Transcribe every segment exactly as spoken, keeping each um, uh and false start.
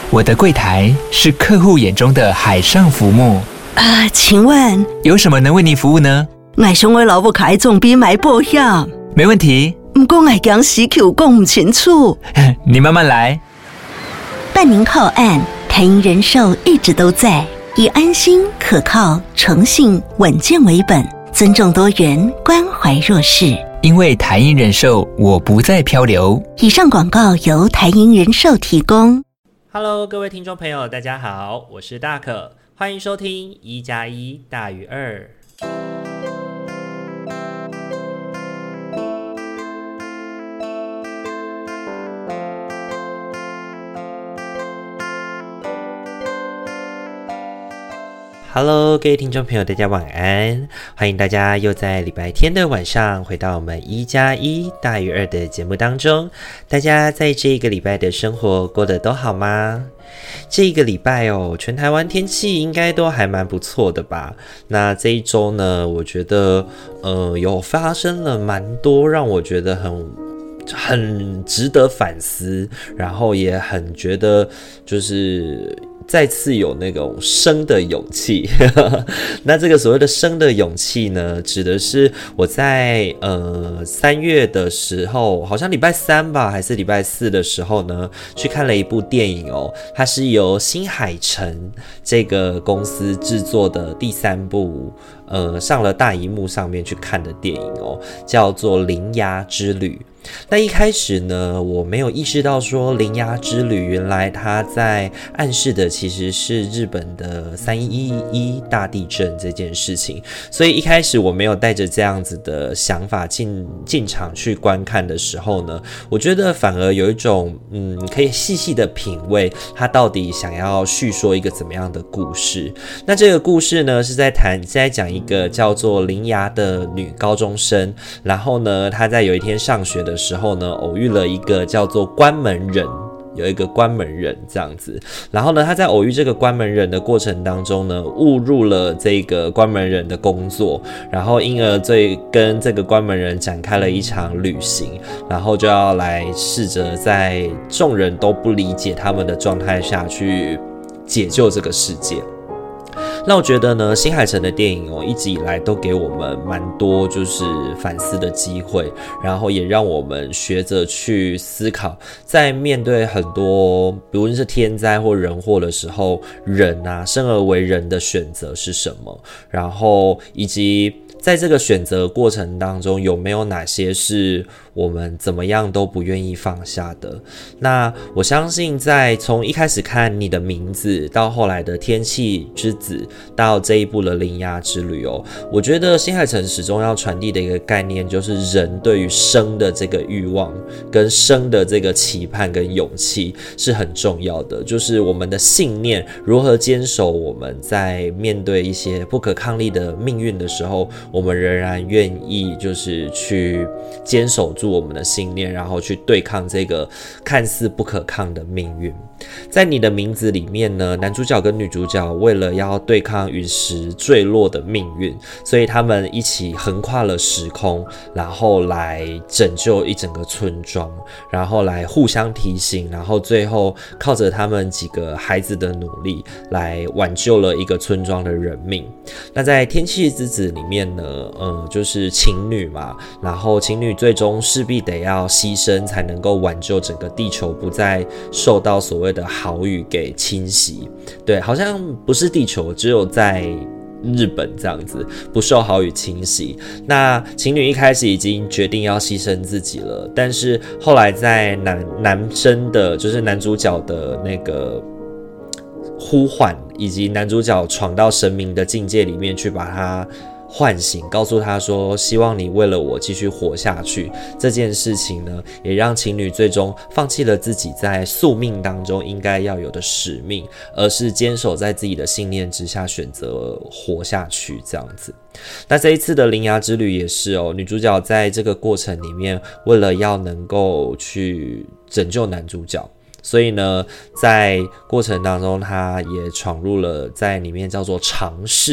我的柜台是客户眼中的海上浮木啊、呃，请问有什么能为您服务呢？ 我想我老母开总比买保险， 没问题。 不过我讲时口讲不清楚， 你慢慢来。 办您靠岸，台银人寿一直都在，以安心、可靠、诚信、稳健为本，尊重多元，关怀弱势。 因为台银人寿，我不再漂流。 以上广告由台银人寿提供。 Hello， 各位听众朋友，大家好，我是大可，欢迎收听一加一大于二。Hello， 各位听众朋友，大家晚安！欢迎大家又在礼拜天的晚上回到我们一加一大于二的节目当中。大家在这一个礼拜的生活过得都好吗？这一个礼拜哦，全台湾天气应该都还蛮不错的吧？那这一周呢，我觉得呃有发生了蛮多让我觉得很很值得反思，然后也很觉得就是再次有那种生的勇气那这个所谓的生的勇气呢，指的是我在呃三月的时候，好像礼拜三吧还是礼拜四的时候呢，去看了一部电影哦，它是由新海诚这个公司制作的第三部呃上了大荧幕上面去看的电影哦，叫做《铃芽之旅》。那一开始呢，我没有意识到说《铃芽之旅》原来它在暗示的其实是日本的三一一大地震这件事情，所以一开始我没有带着这样子的想法进进场去观看的时候呢，我觉得反而有一种嗯，可以细细的品味它到底想要叙说一个怎么样的故事。那这个故事呢，是在谈是在讲一个叫做铃芽的女高中生，然后呢，她在有一天上学的时候呢，偶遇了一个叫做关门人，有一个关门人这样子，然后呢，他在偶遇这个关门人的过程当中呢，误入了这个关门人的工作，然后因而这跟这个关门人展开了一场旅行，然后就要来试着在众人都不理解他们的状态下去解救这个世界。那我觉得呢，新海诚的电影哦，一直以来都给我们蛮多就是反思的机会，然后也让我们学着去思考，在面对很多比如是天灾或人祸的时候，人啊生而为人的选择是什么，然后以及在这个选择过程当中，有没有哪些是我们怎么样都不愿意放下的。那我相信在从一开始看你的名字到后来的天气之子到这一部的铃芽之旅哦，我觉得新海诚始终要传递的一个概念就是人对于生的这个欲望跟生的这个期盼跟勇气是很重要的，就是我们的信念如何坚守，我们在面对一些不可抗力的命运的时候，我们仍然愿意就是去坚守住我们的信念，然后去对抗这个看似不可抗的命运。在你的名字里面呢，男主角跟女主角为了要对抗陨石坠落的命运，所以他们一起横跨了时空，然后来拯救一整个村庄，然后来互相提醒，然后最后靠着他们几个孩子的努力来挽救了一个村庄的人命。那在天气之子里面呢，呃，就是情侣嘛，然后情侣最终势必得要牺牲，才能够挽救整个地球不再受到所谓的豪雨给侵袭。对，好像不是地球，只有在日本这样子不受豪雨侵袭。那情侣一开始已经决定要牺牲自己了，但是后来在男男生的就是男主角的那个呼唤，以及男主角闯到神明的境界里面去把他唤醒，告诉他说希望你为了我继续活下去，这件事情呢，也让情侣最终放弃了自己在宿命当中应该要有的使命，而是坚守在自己的信念之下选择活下去这样子。那这一次的铃芽之旅也是哦，女主角在这个过程里面为了要能够去拯救男主角，所以呢在过程当中她也闯入了在里面叫做常世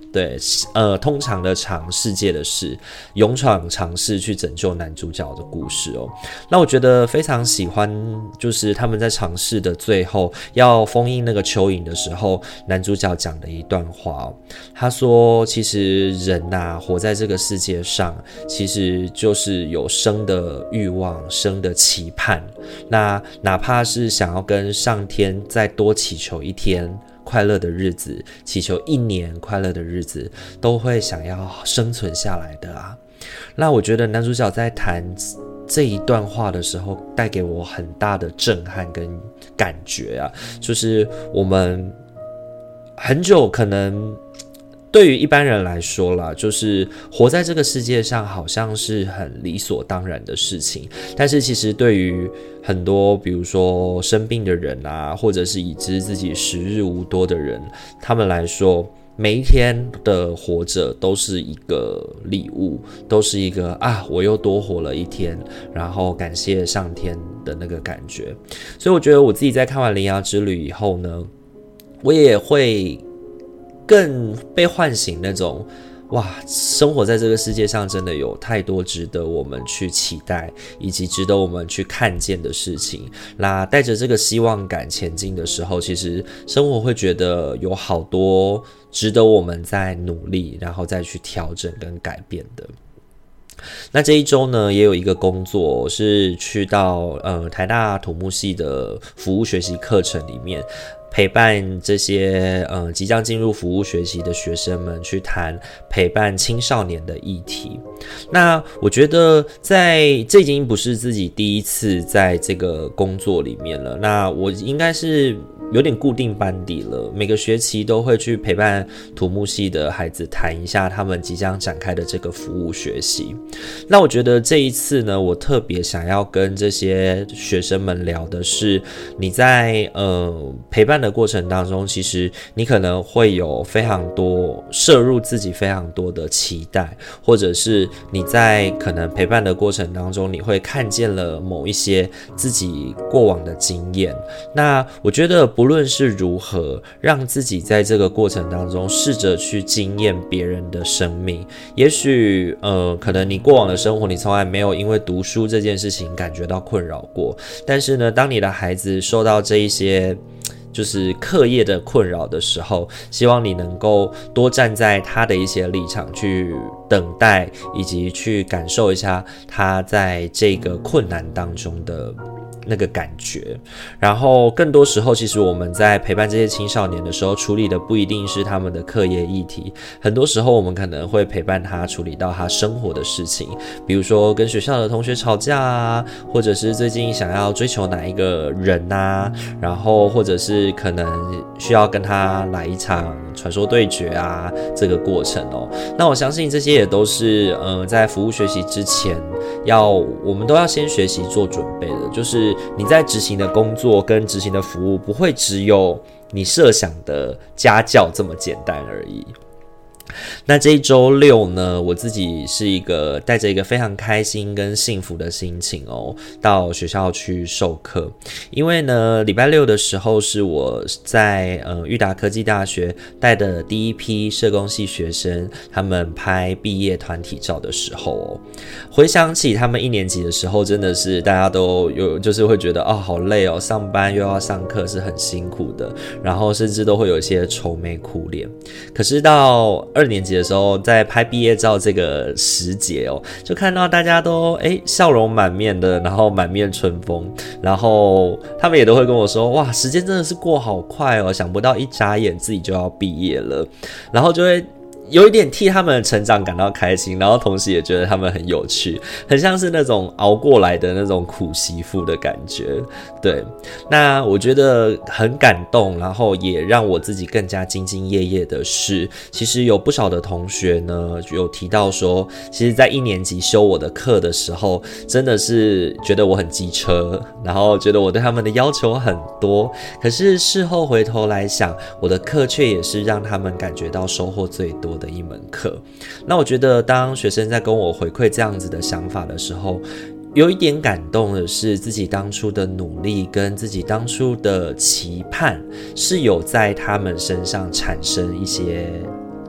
对，呃，通常的常世界的事，勇闯尝试去拯救男主角的故事哦。那我觉得非常喜欢，就是他们在尝试的最后要封印那个蚯蚓的时候，男主角讲的一段话哦。他说，其实人啊，活在这个世界上，其实就是有生的欲望，生的期盼。那哪怕是想要跟上天再多祈求一天快乐的日子，祈求一年快乐的日子，都会想要生存下来的啊。那我觉得男主角在谈这一段话的时候，带给我很大的震撼跟感觉啊，就是我们很久可能对于一般人来说啦，就是活在这个世界上好像是很理所当然的事情，但是其实对于很多比如说生病的人啊，或者是已知自己时日无多的人，他们来说，每一天的活着都是一个礼物，都是一个啊，我又多活了一天，然后感谢上天的那个感觉。所以我觉得我自己在看完《铃芽之旅》以后呢，我也会更被唤醒那种，哇，生活在这个世界上真的有太多值得我们去期待，以及值得我们去看见的事情。那带着这个希望感前进的时候，其实生活会觉得有好多值得我们在努力，然后再去调整跟改变的。那这一周呢，也有一个工作是去到呃台大土木系的服务学习课程里面，陪伴这些呃即将进入服务学习的学生们去谈陪伴青少年的议题。那我觉得在这已经不是自己第一次在这个工作里面了，那我应该是有点固定班底了，每个学期都会去陪伴土木系的孩子谈一下他们即将展开的这个服务学习。那我觉得这一次呢，我特别想要跟这些学生们聊的是，你在呃陪伴的过程当中，其实你可能会有非常多摄入自己非常多的期待，或者是你在可能陪伴的过程当中，你会看见了某一些自己过往的经验。那我觉得不论是如何让自己在这个过程当中试着去经验别人的生命，也许呃，可能你过往的生活你从来没有因为读书这件事情感觉到困扰过，但是呢，当你的孩子受到这一些就是课业的困扰的时候，希望你能够多站在他的一些立场去等待，以及去感受一下他在这个困难当中的那个感觉。然后更多时候，其实我们在陪伴这些青少年的时候，处理的不一定是他们的课业议题，很多时候我们可能会陪伴他处理到他生活的事情，比如说跟学校的同学吵架啊，或者是最近想要追求哪一个人啊，然后或者是可能需要跟他来一场传说对决啊，这个过程哦。那我相信这些也都是呃在服务学习之前要我们都要先学习做准备的，就是你在执行的工作跟执行的服务不会只有你设想的家教这么简单而已。那这一周六呢，我自己是一个带着一个非常开心跟幸福的心情哦，到学校去授课。因为呢，礼拜六的时候是我在呃裕达科技大学带的第一批社工系学生，他们拍毕业团体照的时候哦，回想起他们一年级的时候，真的是大家都有就是会觉得哦好累哦，上班又要上课是很辛苦的，然后甚至都会有一些愁眉苦脸。可是到二年级的时候，在拍毕业照这个时节哦，就看到大家都哎笑容满面的，然后满面春风，然后他们也都会跟我说，哇，时间真的是过好快哦，想不到一眨眼自己就要毕业了，然后就会有一点替他们的成长感到开心，然后同时也觉得他们很有趣，很像是那种熬过来的那种苦媳妇的感觉。对，那我觉得很感动，然后也让我自己更加兢兢业业的是，其实有不少的同学呢有提到说，其实在一年级修我的课的时候，真的是觉得我很机车，然后觉得我对他们的要求很多，可是事后回头来想，我的课却也是让他们感觉到收获最多的一门课。那我觉得当学生在跟我回馈这样子的想法的时候，有一点感动的是，自己当初的努力跟自己当初的期盼是有在他们身上产生一些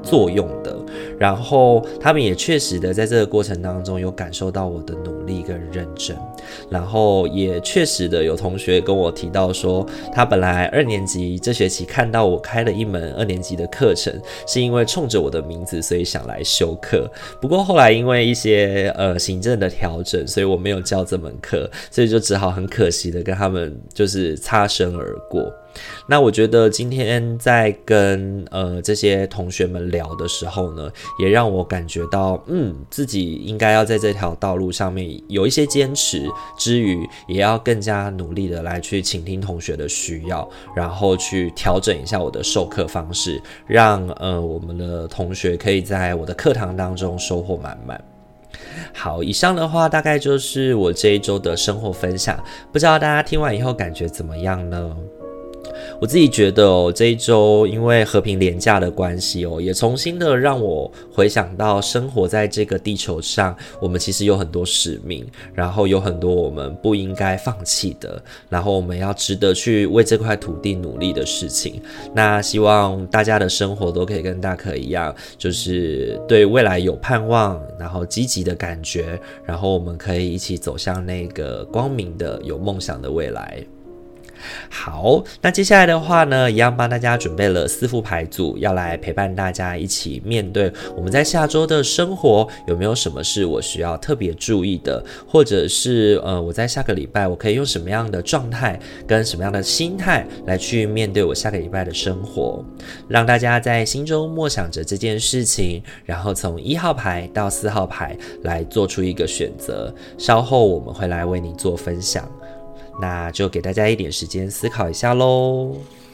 作用的，然后他们也确实的在这个过程当中有感受到我的努力跟认真，然后也确实的有同学跟我提到说，他本来二年级这学期看到我开了一门二年级的课程，是因为冲着我的名字所以想来修课，不过后来因为一些呃行政的调整，所以我没有教这门课，所以就只好很可惜的跟他们就是擦身而过。那我觉得今天在跟呃这些同学们聊的时候呢，也让我感觉到，嗯，自己应该要在这条道路上面有一些坚持之余，也要更加努力的来去倾听同学的需要，然后去调整一下我的授课方式，让呃我们的同学可以在我的课堂当中收获满满。好，以上的话大概就是我这一周的生活分享，不知道大家听完以后感觉怎么样呢？我自己觉得哦，这一周因为和平连假的关系哦，也重新的让我回想到生活在这个地球上，我们其实有很多使命，然后有很多我们不应该放弃的，然后我们要值得去为这块土地努力的事情。那希望大家的生活都可以跟大可一样，就是对未来有盼望，然后积极的感觉，然后我们可以一起走向那个光明的有梦想的未来。好，那接下来的话呢，一样帮大家准备了四副牌组，要来陪伴大家一起面对我们在下周的生活，有没有什么是我需要特别注意的，或者是呃，我在下个礼拜我可以用什么样的状态跟什么样的心态来去面对我下个礼拜的生活，让大家在心中默想着这件事情，然后从一号牌到四号牌来做出一个选择，稍后我们会来为你做分享。那就给大家一点时间思考一下咯。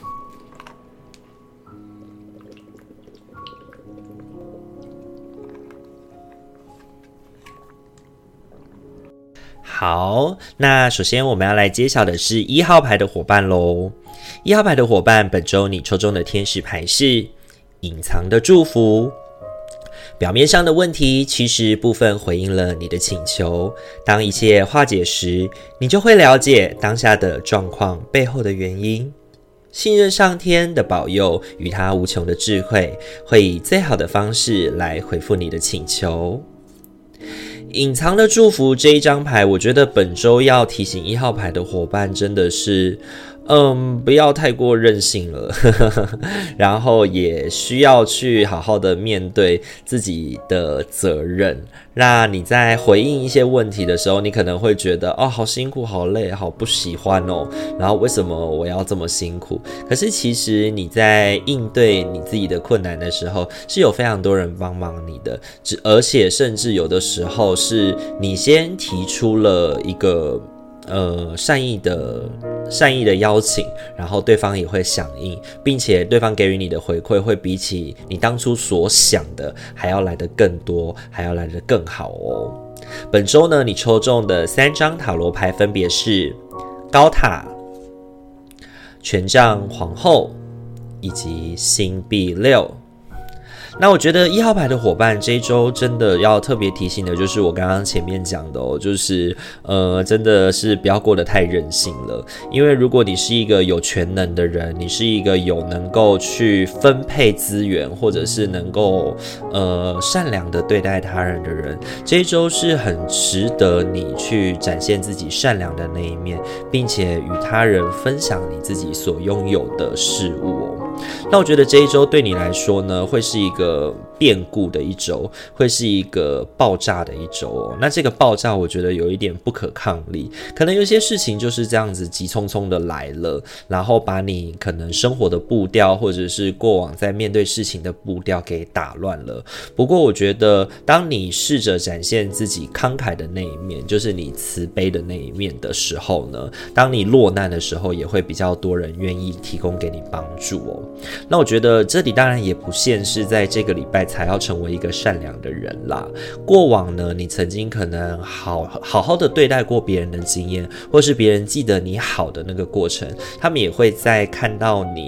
好，那首先我们要来揭晓的是一号牌的伙伴咯。一号牌的伙伴，本周你抽中的天使牌是隐藏的祝福。表面上的问题其实部分回应了你的请求，当一切化解时，你就会了解当下的状况背后的原因。信任上天的保佑与他无穷的智慧，会以最好的方式来回复你的请求。隐藏的祝福这一张牌，我觉得本周要提醒一号牌的伙伴真的是嗯，不要太过任性了然后也需要去好好的面对自己的责任。那你在回应一些问题的时候，你可能会觉得哦，好辛苦好累好不喜欢哦，然后为什么我要这么辛苦，可是其实你在应对你自己的困难的时候，是有非常多人帮忙你的，而且甚至有的时候是你先提出了一个呃，善意的善意的邀请，然后对方也会响应，并且对方给予你的回馈会比起你当初所想的还要来得更多，还要来得更好哦。本周呢，你抽中的三张塔罗牌分别是高塔、权杖皇后以及星币六。那我觉得一号牌的伙伴这一周真的要特别提醒的就是我刚刚前面讲的哦，就是呃真的是不要过得太任性了，因为如果你是一个有全能的人，你是一个有能够去分配资源，或者是能够呃善良的对待他人的人，这一周是很值得你去展现自己善良的那一面，并且与他人分享你自己所拥有的事物哦。那我觉得这一周对你来说呢，会是一个变故的一周，会是一个爆炸的一周哦。那这个爆炸我觉得有一点不可抗力，可能有些事情就是这样子急匆匆的来了，然后把你可能生活的步调，或者是过往在面对事情的步调给打乱了。不过我觉得当你试着展现自己慷慨的那一面，就是你慈悲的那一面的时候呢，当你落难的时候，也会比较多人愿意提供给你帮助哦。那我觉得这里当然也不限是在这个礼拜才要成为一个善良的人啦。过往呢，你曾经可能好好好的对待过别人的经验，或是别人记得你好的那个过程，他们也会在看到你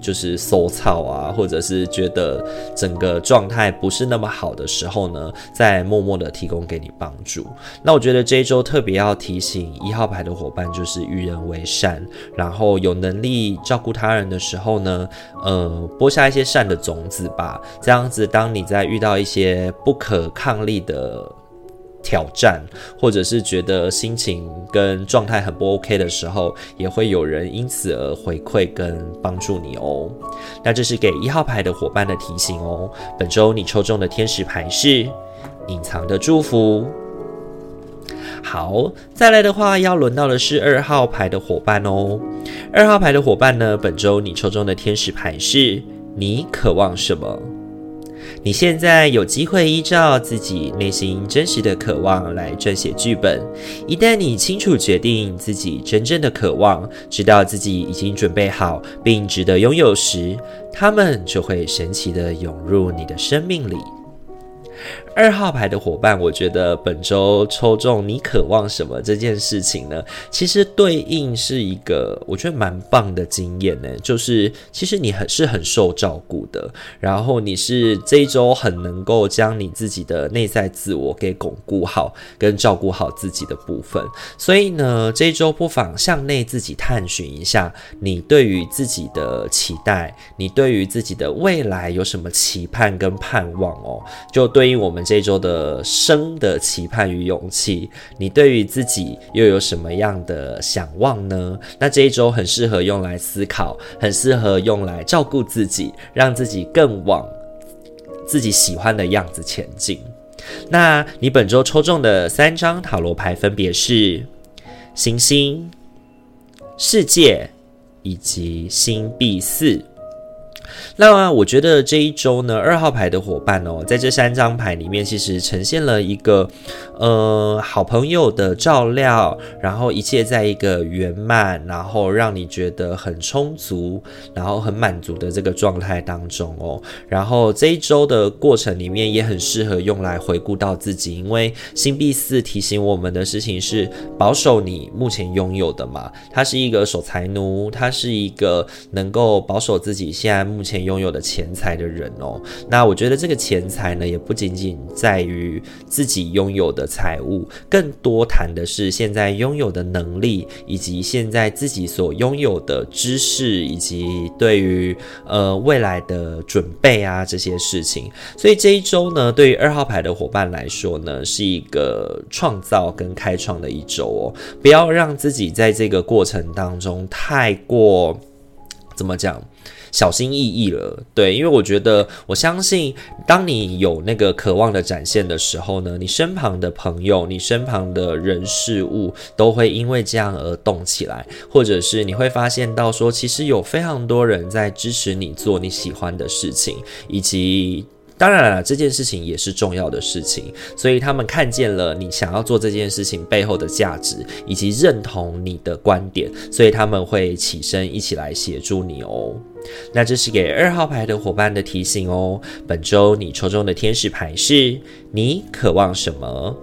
就是收操啊，或者是觉得整个状态不是那么好的时候呢，再默默的提供给你帮助。那我觉得这一周特别要提醒一号牌的伙伴，就是与人为善，然后有能力照顾他人的时候呢，呃，播下一些善的种子吧。这样子，当你在遇到一些不可抗力的挑战，或者是觉得心情跟状态很不 OK 的时候，也会有人因此而回馈跟帮助你哦。那这是给一号牌的伙伴的提醒哦。本周你抽中的天使牌是隐藏的祝福。好，再来的话要轮到的是二号牌的伙伴哦。二号牌的伙伴呢，本周你抽中的天使牌是你渴望什么？你现在有机会依照自己内心真实的渴望来撰写剧本。一旦你清楚决定自己真正的渴望，知道自己已经准备好并值得拥有时，他们就会神奇地涌入你的生命里。二号牌的伙伴，我觉得本周抽中你渴望什么这件事情呢，其实对应是一个我觉得蛮棒的经验呢，就是其实你很是很受照顾的，然后你是这一周很能够将你自己的内在自我给巩固好跟照顾好自己的部分。所以呢，这一周不妨向内自己探寻一下，你对于自己的期待，你对于自己的未来有什么期盼跟盼望哦，就对应我们这一周的生的期盼与勇气，你对于自己又有什么样的想望呢？那这一周很适合用来思考，很适合用来照顾自己，让自己更往自己喜欢的样子前进。那你本周抽中的三张塔罗牌分别是行星、世界以及星币四。那我觉得这一周呢，二号牌的伙伴哦，在这三张牌里面，其实呈现了一个呃好朋友的照料，然后一切在一个圆满，然后让你觉得很充足，然后很满足的这个状态当中哦。然后这一周的过程里面，也很适合用来回顾到自己，因为星币四提醒我们的事情是保守你目前拥有的嘛，他是一个守财奴，他是一个能够保守自己现在目前拥有的钱财的人哦。那我觉得这个钱财呢，也不仅仅在于自己拥有的财物，更多谈的是现在拥有的能力，以及现在自己所拥有的知识，以及对于呃未来的准备啊这些事情。所以这一周呢，对于二号牌的伙伴来说呢，是一个创造跟开创的一周哦。不要让自己在这个过程当中太过怎么讲小心翼翼了，对，因为我觉得，我相信，当你有那个渴望的展现的时候呢，你身旁的朋友，你身旁的人事物都会因为这样而动起来，或者是你会发现到说，其实有非常多人在支持你做你喜欢的事情，以及当然了，这件事情也是重要的事情，所以他们看见了你想要做这件事情背后的价值，以及认同你的观点，所以他们会起身一起来协助你哦。那这是给二号牌的伙伴的提醒哦。本周你抽中的天使牌是你渴望什么？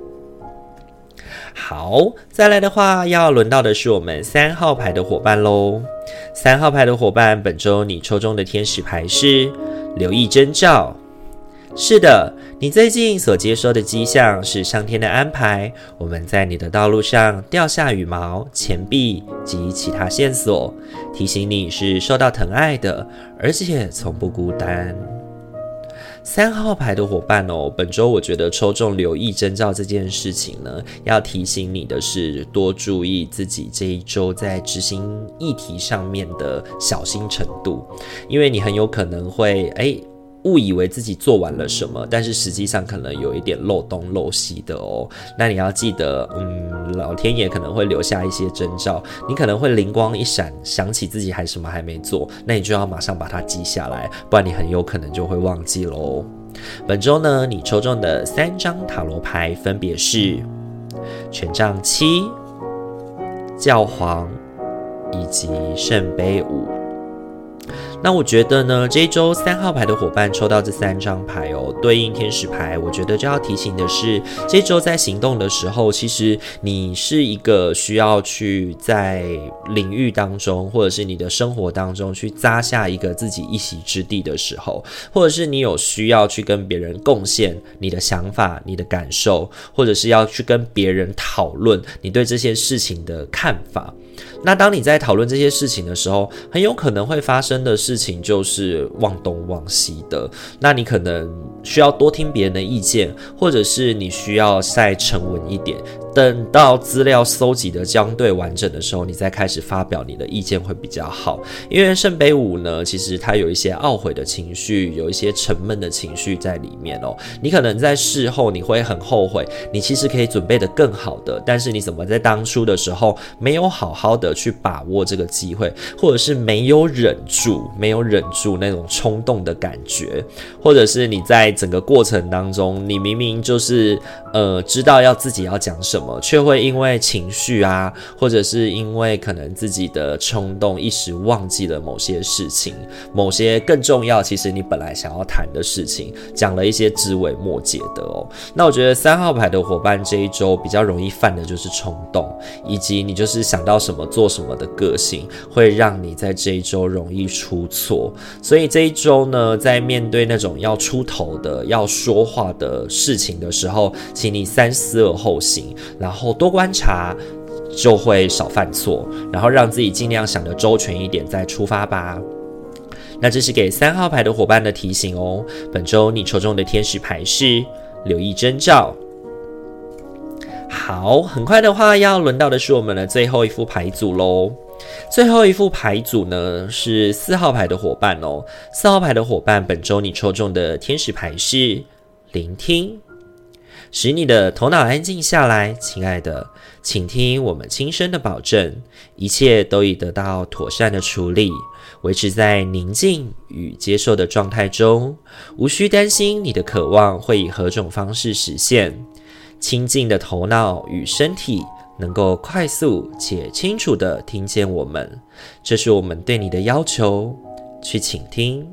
好，再来的话要轮到的是我们三号牌的伙伴咯。三号牌的伙伴，本周你抽中的天使牌是留意征兆。是的，你最近所接收的迹象是上天的安排，我们在你的道路上掉下羽毛、钱币及其他线索，提醒你是受到疼爱的，而且从不孤单。三号牌的伙伴哦，本周我觉得抽中留意征兆这件事情呢，要提醒你的是多注意自己这一周在执行议题上面的小心程度，因为你很有可能会诶误以为自己做完了什么，但是实际上可能有一点漏东漏西的哦。那你要记得，嗯，老天爷可能会留下一些征兆，你可能会灵光一闪，想起自己还什么还没做，那你就要马上把它记下来，不然你很有可能就会忘记咯。本周呢，你抽中的三张塔罗牌分别是权杖七、教皇以及圣杯五。 那我觉得呢，这一周三号牌的伙伴抽到这三张牌哦，对应天使牌，我觉得就要提醒的是，这一周在行动的时候，其实你是一个需要去在领域当中，或者是你的生活当中去扎下一个自己一席之地的时候，或者是你有需要去跟别人贡献你的想法、你的感受，或者是要去跟别人讨论你对这些事情的看法。那当你在讨论这些事情的时候，很有可能会发生的事情就是忘东忘西的。那你可能需要多听别人的意见，或者是你需要再沉稳一点，等到资料搜集的相对完整的时候，你再开始发表你的意见会比较好。因为圣杯五呢，其实它有一些懊悔的情绪，有一些沉闷的情绪在里面哦。你可能在事后你会很后悔，你其实可以准备得更好的，但是你怎么在当初的时候没有好好的去把握这个机会，或者是没有忍住，没有忍住那种冲动的感觉，或者是你在整个过程当中，你明明就是呃知道要自己要讲什么，却会因为情绪啊，或者是因为可能自己的冲动，一时忘记了某些事情，某些更重要，其实你本来想要谈的事情，讲了一些枝微末节的哦。那我觉得三号牌的伙伴这一周比较容易犯的就是冲动，以及你就是想到什么做什么的个性，会让你在这一周容易出错。所以这一周呢，在面对那种要出头的、要说话的事情的时候，请你三思而后行，然后多观察，就会少犯错，然后让自己尽量想得周全一点再出发吧。那这是给三号牌的伙伴的提醒哦。本周你抽中的天使牌是留意征兆。好，很快的话要轮到的是我们的最后一副牌组咯。最后一副牌组呢是四号牌的伙伴哦。四号牌的伙伴，本周你抽中的天使牌是聆听。使你的头脑安静下来，亲爱的，请听我们轻声的保证，一切都已得到妥善的处理，维持在宁静与接受的状态中，无需担心你的渴望会以何种方式实现。清静的头脑与身体能够快速且清楚地听见我们，这是我们对你的要求，去倾听。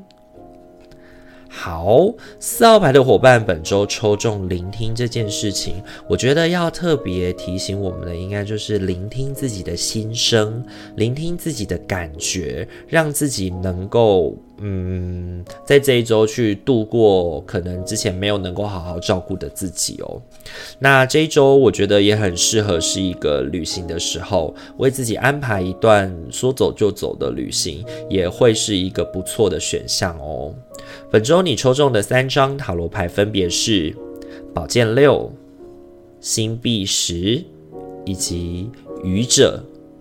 好，四号牌的伙伴本周抽中聆听这件事情，我觉得要特别提醒我们的应该就是聆听自己的心声，聆听自己的感觉，让自己能够嗯，在这一周去度过可能之前没有能够好好照顾的自己哦。那这一周我觉得也很适合是一个旅行的时候，为自己安排一段说走就走的旅行，也会是一个不错的选项哦。本周你抽中的三张塔罗牌分别是宝剑六、星币十以及愚者。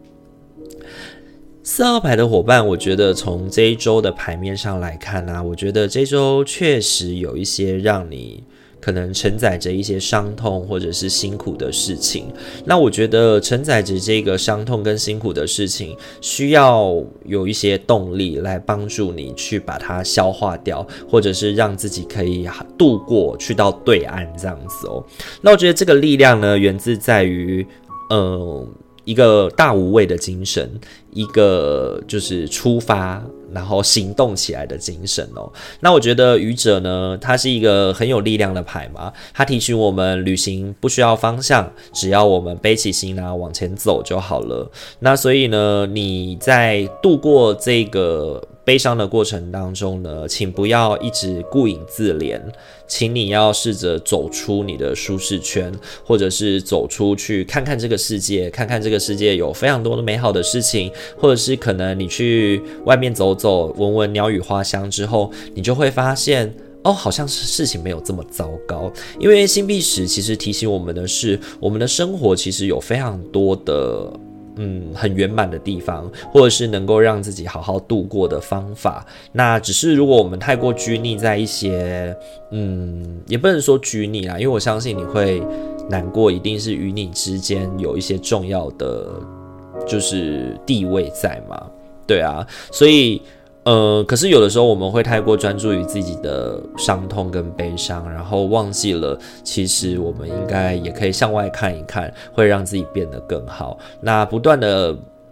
四号牌的伙伴，我觉得从这一周的牌面上来看啊，我觉得这周确实有一些让你可能承载着一些伤痛或者是辛苦的事情。那我觉得承载着这个伤痛跟辛苦的事情，需要有一些动力来帮助你去把它消化掉，或者是让自己可以度过去到对岸这样子哦。那我觉得这个力量呢，源自在于呃一个大无畏的精神，一个就是出发然后行动起来的精神哦。那我觉得愚者呢，它是一个很有力量的牌嘛，它提醒我们旅行不需要方向，只要我们背起行囊往前走就好了。那所以呢，你在度过这个悲伤的过程当中呢，请不要一直顾影自怜，请你要试着走出你的舒适圈，或者是走出去看看这个世界，看看这个世界有非常多的美好的事情，或者是可能你去外面走走，闻闻鸟语花香之后，你就会发现哦，好像是事情没有这么糟糕。因为星币十其实提醒我们的是，我们的生活其实有非常多的嗯，很圆满的地方，或者是能够让自己好好度过的方法。那只是如果我们太过拘泥在一些，嗯，也不能说拘泥啦，因为我相信你会难过，一定是与你之间有一些重要的就是地位在嘛，对啊，所以。呃，可是有的时候我们会太过专注于自己的伤痛跟悲伤，然后忘记了其实我们应该也可以向外看一看，会让自己变得更好。那不断的一直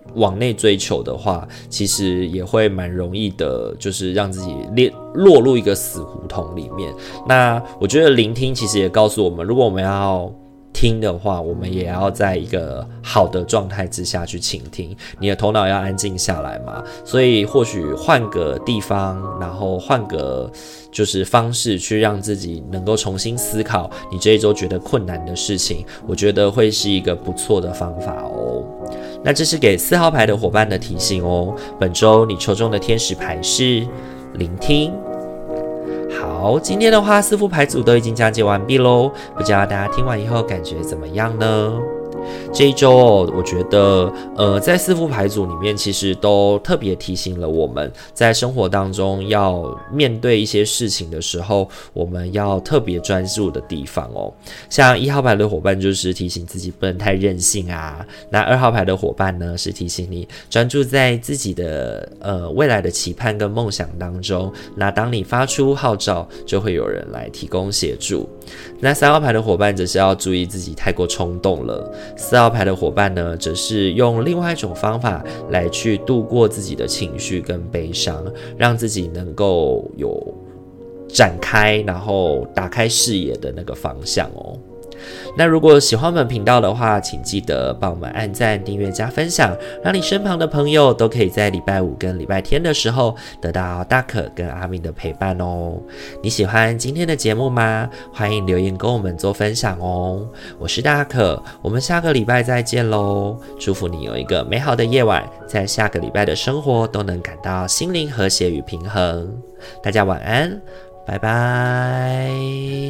往内追求的话，其实也会蛮容易的，就是让自己落入一个死胡同里面。那我觉得聆听其实也告诉我们，如果我们要听的话，我们也要在一个好的状态之下去倾听，你的头脑要安静下来嘛。所以或许换个地方，然后换个就是方式去让自己能够重新思考你这一周觉得困难的事情，我觉得会是一个不错的方法哦。那这是给四号牌的伙伴的提醒哦。本周你抽中的天使牌是聆听。好，今天的话四副牌组都已经讲解完毕咯，不知道大家听完以后感觉怎么样呢？这一周哦，我觉得呃，在四副牌组里面，其实都特别提醒了我们，在生活当中要面对一些事情的时候，我们要特别专注的地方哦。像一号牌的伙伴就是提醒自己不能太任性啊，那二号牌的伙伴呢是提醒你专注在自己的呃未来的期盼跟梦想当中，那当你发出号召，就会有人来提供协助。那三号牌的伙伴则是要注意自己太过冲动了。四号牌的伙伴呢，则是用另外一种方法来去度过自己的情绪跟悲伤，让自己能够有展开，然后打开视野的那个方向哦。那如果喜欢我们频道的话，请记得帮我们按赞、订阅、加分享，让你身旁的朋友都可以在礼拜五跟礼拜天的时候得到大可跟阿明的陪伴哦。你喜欢今天的节目吗？欢迎留言跟我们做分享哦。我是大可，我们下个礼拜再见咯。祝福你有一个美好的夜晚，在下个礼拜的生活都能感到心灵和谐与平衡。大家晚安，拜拜。